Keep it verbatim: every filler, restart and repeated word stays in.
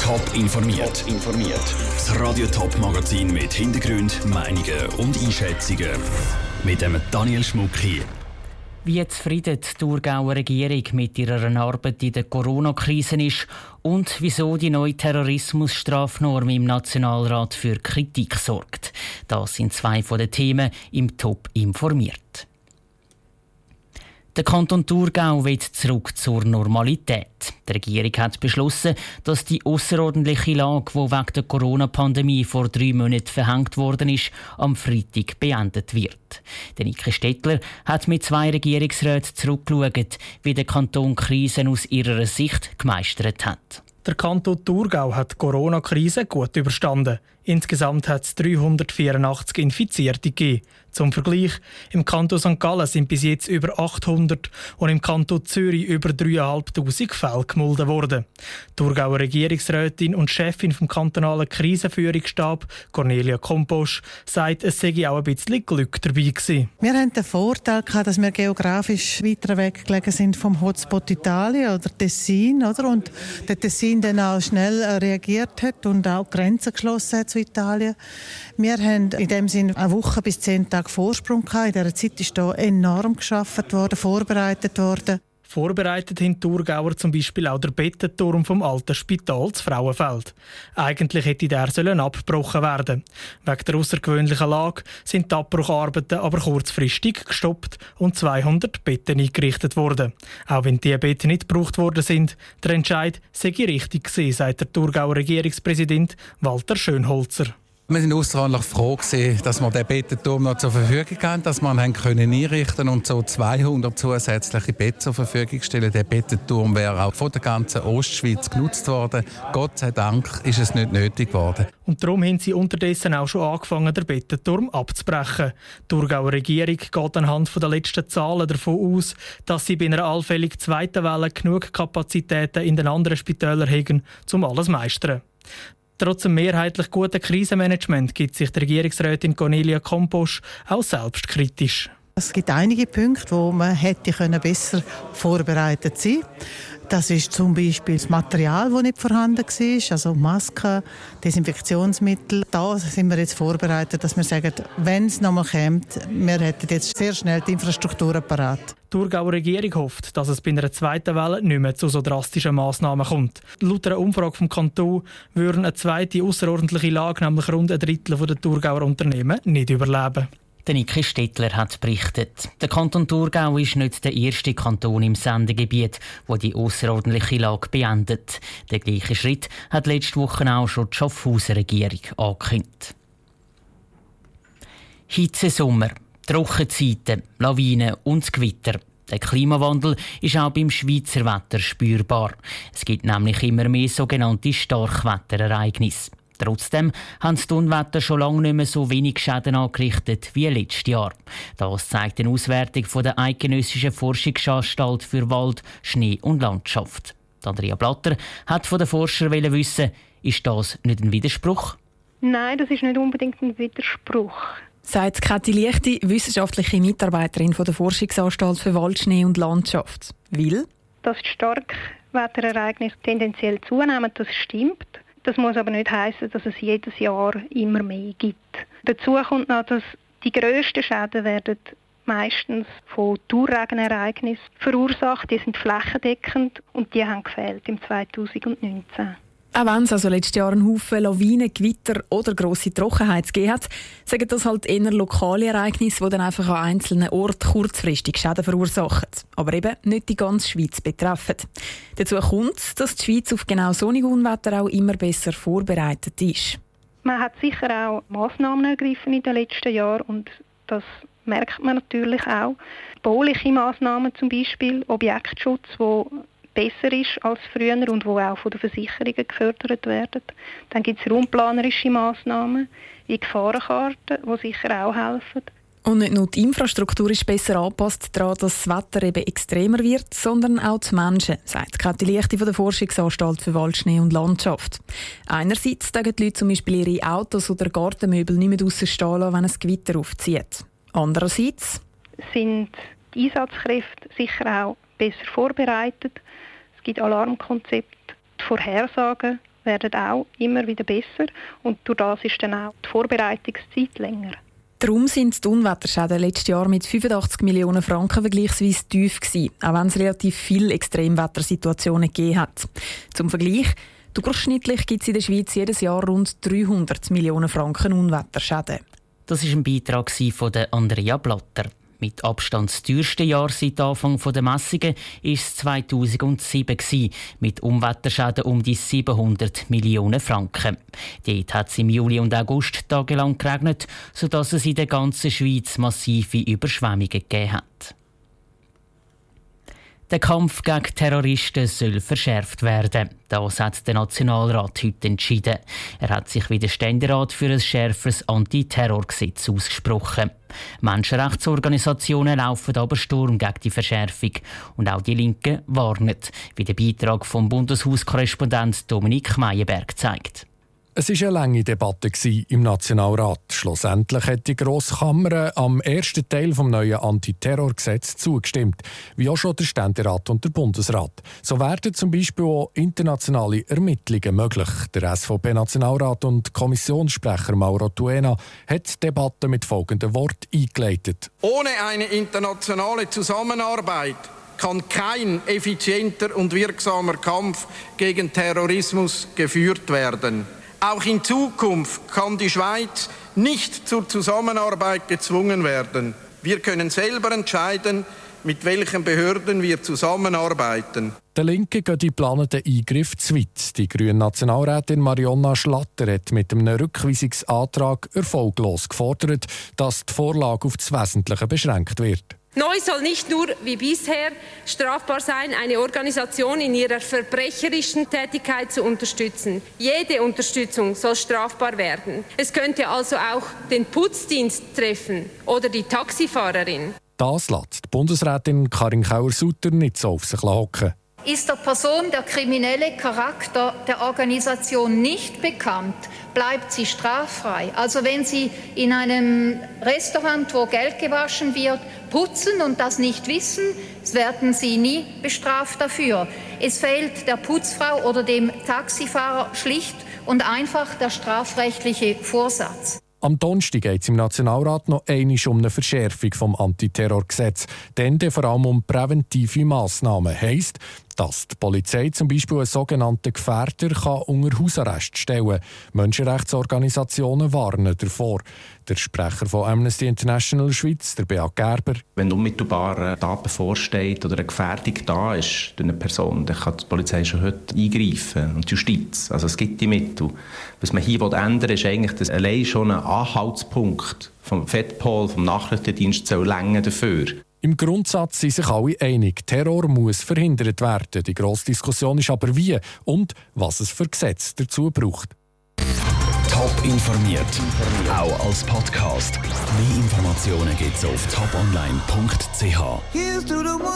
Top informiert. informiert. Das Radio Top Magazin mit Hintergrund, Meinungen und Einschätzungen mit dem Daniel Schmuck hier. Wie zufrieden die Thurgauer Regierung mit ihrer Arbeit in der Corona-Krise ist und wieso die neue Terrorismusstrafnorm im Nationalrat für Kritik sorgt. Das sind zwei von den Themen im Top informiert. Der Kanton Thurgau will zurück zur Normalität. Die Regierung hat beschlossen, dass die außerordentliche Lage, die wegen der Corona-Pandemie vor drei Monaten verhängt worden ist, am Freitag beendet wird. Der Niki Stettler hat mit zwei Regierungsräten zurückgeschaut, wie der Kanton Krisen aus ihrer Sicht gemeistert hat. Der Kanton Thurgau hat die Corona-Krise gut überstanden. Insgesamt hat es dreihundertvierundachtzig Infizierte gegeben. Zum Vergleich, im Kanton Sankt Gallen sind bis jetzt über achthundert und im Kanton Zürich über dreitausendfünfhundert Fälle gemeldet worden. Die Thurgauer Regierungsrätin und Chefin vom kantonalen Krisenführungsstab, Cornelia Komposch, sagt, es sei auch ein bisschen Glück dabei gewesen. Wir hatten den Vorteil, dass wir geografisch weiter weg gelegen sind vom Hotspot Italien oder Tessin. Oder? Und der Tessin dann auch schnell reagiert hat und auch Grenzen geschlossen hat zu Italien. Wir haben in dem Sinne eine Woche bis zehn Tage Vorsprung gehabt. In dieser Zeit ist hier enorm gearbeitet worden, vorbereitet worden. Vorbereitet haben die Thurgauer zum Beispiel auch der Bettenturm vom alten Spital zu Frauenfeld. Eigentlich hätte der sollen abgebrochen werden. Wegen der außergewöhnlichen Lage sind die Abbrucharbeiten aber kurzfristig gestoppt und zweihundert Betten eingerichtet worden. Auch wenn diese Betten nicht gebraucht worden sind, der Entscheid sei richtig gewesen, sagt der Thurgauer Regierungspräsident Walter Schönholzer. Wir waren außerordentlich froh, dass wir den Bettenturm noch zur Verfügung haben, dass wir ihn einrichten können und so zweihundert zusätzliche Betten zur Verfügung stellen. Der Bettenturm wäre auch von der ganzen Ostschweiz genutzt worden. Gott sei Dank ist es nicht nötig geworden. Und darum haben sie unterdessen auch schon angefangen, den Bettenturm abzubrechen. Die Thurgauer Regierung geht anhand der letzten Zahlen davon aus, dass sie bei einer allfälligen zweiten Welle genug Kapazitäten in den anderen Spitälern haben, um alles zu meistern. Trotz dem mehrheitlich guten Krisenmanagement gibt sich die Regierungsrätin Cornelia Komposch auch selbstkritisch. Es gibt einige Punkte, wo man hätte besser vorbereitet sein können. Das ist zum Beispiel das Material, das nicht vorhanden war, also Masken, Desinfektionsmittel. Da sind wir jetzt vorbereitet, dass wir sagen, wenn es nochmal kommt, wir hätten jetzt sehr schnell die Infrastruktur parat. Die Thurgauer Regierung hofft, dass es bei einer zweiten Welle nicht mehr zu so drastischen Massnahmen kommt. Laut einer Umfrage vom Kanton würden eine zweite außerordentliche Lage, nämlich rund ein Drittel der Thurgauer Unternehmen, nicht überleben. Der Niki Stettler hat berichtet. Der Kanton Thurgau ist nicht der erste Kanton im Sendegebiet, wo die außerordentliche Lage beendet. Der gleiche Schritt hat letzte Woche auch schon die Schaffhauser Regierung angekündigt. Hitzesommer, Trockenzeiten, Lawinen und Gewitter. Der Klimawandel ist auch beim Schweizer Wetter spürbar. Es gibt nämlich immer mehr sogenannte Starkwetterereignisse. Trotzdem haben die Unwetter schon lange nicht mehr so wenig Schäden angerichtet wie letztes Jahr. Das zeigt eine Auswertung von der Eidgenössischen Forschungsanstalt für Wald, Schnee und Landschaft. Andrea Blatter hat von den Forschern wissen, ist das nicht ein Widerspruch? Nein, das ist nicht unbedingt ein Widerspruch. Sagt Kathi Liechti, wissenschaftliche Mitarbeiterin von der Forschungsanstalt für Wald, Schnee und Landschaft. Weil? Dass die Starkwetterereignisse tendenziell zunehmen, das stimmt. Das muss aber nicht heissen, dass es jedes Jahr immer mehr gibt. Dazu kommt noch, dass die grössten Schäden werden meistens von Dauerregenereignissen verursacht. Die sind flächendeckend und die haben gefehlt im zweitausendneunzehn. Auch wenn es also letztes Jahr einen Haufen Lawinen, Gewitter oder grosse Trockenheit gegeben hat, sagen das halt eher lokale Ereignisse, die dann einfach an einzelnen Orten kurzfristig Schäden verursachen. Aber eben nicht die ganze Schweiz betreffen. Dazu kommt, dass die Schweiz auf genau solche Unwetter auch immer besser vorbereitet ist. Man hat sicher auch Massnahmen ergriffen in den letzten Jahren und das merkt man natürlich auch. Bauliche Massnahmen zum Beispiel, Objektschutz, wo besser ist als früher und wo auch von den Versicherungen gefördert werden. Dann gibt es raumplanerische Massnahmen wie Gefahrenkarten, die sicher auch helfen. Und nicht nur die Infrastruktur ist besser angepasst daran, dass das Wetter eben extremer wird, sondern auch die Menschen, sagt Kathi Liechti von der Forschungsanstalt für Wald, Schnee und Landschaft. Einerseits dürfen die Leute zum Beispiel ihre Autos oder Gartenmöbel nicht mehr draussen stehen lassen, wenn ein Gewitter aufzieht. Andererseits sind die Einsatzkräfte sicher auch besser vorbereitet. Es gibt Alarmkonzepte. Die Vorhersagen werden auch immer wieder besser und durch das ist dann auch die Vorbereitungszeit länger. Darum sind die Unwetterschäden letztes Jahr mit fünfundachtzig Millionen Franken vergleichsweise tief gewesen, auch wenn es relativ viele Extremwettersituationen gegeben hat. Zum Vergleich: durchschnittlich gibt es in der Schweiz jedes Jahr rund dreihundert Millionen Franken Unwetterschäden. Das war ein Beitrag von Andrea Blatter. Mit Abstand das teuerste Jahr seit Anfang der Messungen war es zweitausendsieben, mit Unwetterschäden um die siebenhundert Millionen Franken. Dort hat es im Juli und August tagelang geregnet, sodass es in der ganzen Schweiz massive Überschwemmungen gegeben hat. Der Kampf gegen Terroristen soll verschärft werden. Das hat der Nationalrat heute entschieden. Er hat sich wie der Ständerat für ein schärferes Antiterrorgesetz ausgesprochen. Menschenrechtsorganisationen laufen aber Sturm gegen die Verschärfung. Und auch die Linken warnen, wie der Beitrag vom Bundeshauskorrespondent Dominik Meyerberg zeigt. Es war eine lange Debatte im Nationalrat. Schlussendlich hat die Grosskammer am ersten Teil des neuen Antiterrorgesetzes zugestimmt, wie auch schon der Ständerat und der Bundesrat. So werden zum Beispiel auch internationale Ermittlungen möglich. Der S V P-Nationalrat und Kommissionssprecher Mauro Tuena hat die Debatte mit folgendem Wort eingeleitet. Ohne eine internationale Zusammenarbeit kann kein effizienter und wirksamer Kampf gegen Terrorismus geführt werden. Auch in Zukunft kann die Schweiz nicht zur Zusammenarbeit gezwungen werden. Wir können selber entscheiden, mit welchen Behörden wir zusammenarbeiten. Der Linke geht die geplanten Eingriff zu weit. Die grüne Nationalrätin Marionna Schlatter hat mit einem Rückweisungsantrag erfolglos gefordert, dass die Vorlage auf das Wesentliche beschränkt wird. Neu soll nicht nur wie bisher strafbar sein, eine Organisation in ihrer verbrecherischen Tätigkeit zu unterstützen. Jede Unterstützung soll strafbar werden. Es könnte also auch den Putzdienst treffen oder die Taxifahrerin. Das lässt die Bundesrätin Karin Kauer-Sutter nicht so auf sich hocken. Ist der Person der kriminelle Charakter der Organisation nicht bekannt, bleibt sie straffrei. Also wenn Sie in einem Restaurant, wo Geld gewaschen wird, putzen und das nicht wissen, werden Sie nie bestraft dafür. Es fehlt der Putzfrau oder dem Taxifahrer schlicht und einfach der strafrechtliche Vorsatz. Am Donnerstag geht es im Nationalrat noch einmal um eine Verschärfung des Antiterrorgesetzes. Denn vor allem um präventive Massnahmen. Heisst, dass die Polizei zum Beispiel einen sogenannten Gefährder kann unter Hausarrest stellen kann. Menschenrechtsorganisationen warnen davor. Der Sprecher von Amnesty International Schweiz, der Beat Gerber. Wenn unmittelbar eine Tat bevorsteht oder eine Gefährdung da ist durch eine Person, dann kann die Polizei schon heute eingreifen und die Justiz. Also es gibt die Mittel. Was man hier ändern will, ist eigentlich, dass allein schon ein Anhaltspunkt vom Fedpol, vom Nachrichtendienst soll länger dafür. Im Grundsatz sind sich alle einig, Terror muss verhindert werden. Die grosse Diskussion ist aber wie und was es für Gesetze dazu braucht. Top informiert, auch als Podcast. Mehr Informationen gibt es auf top online punkt c h.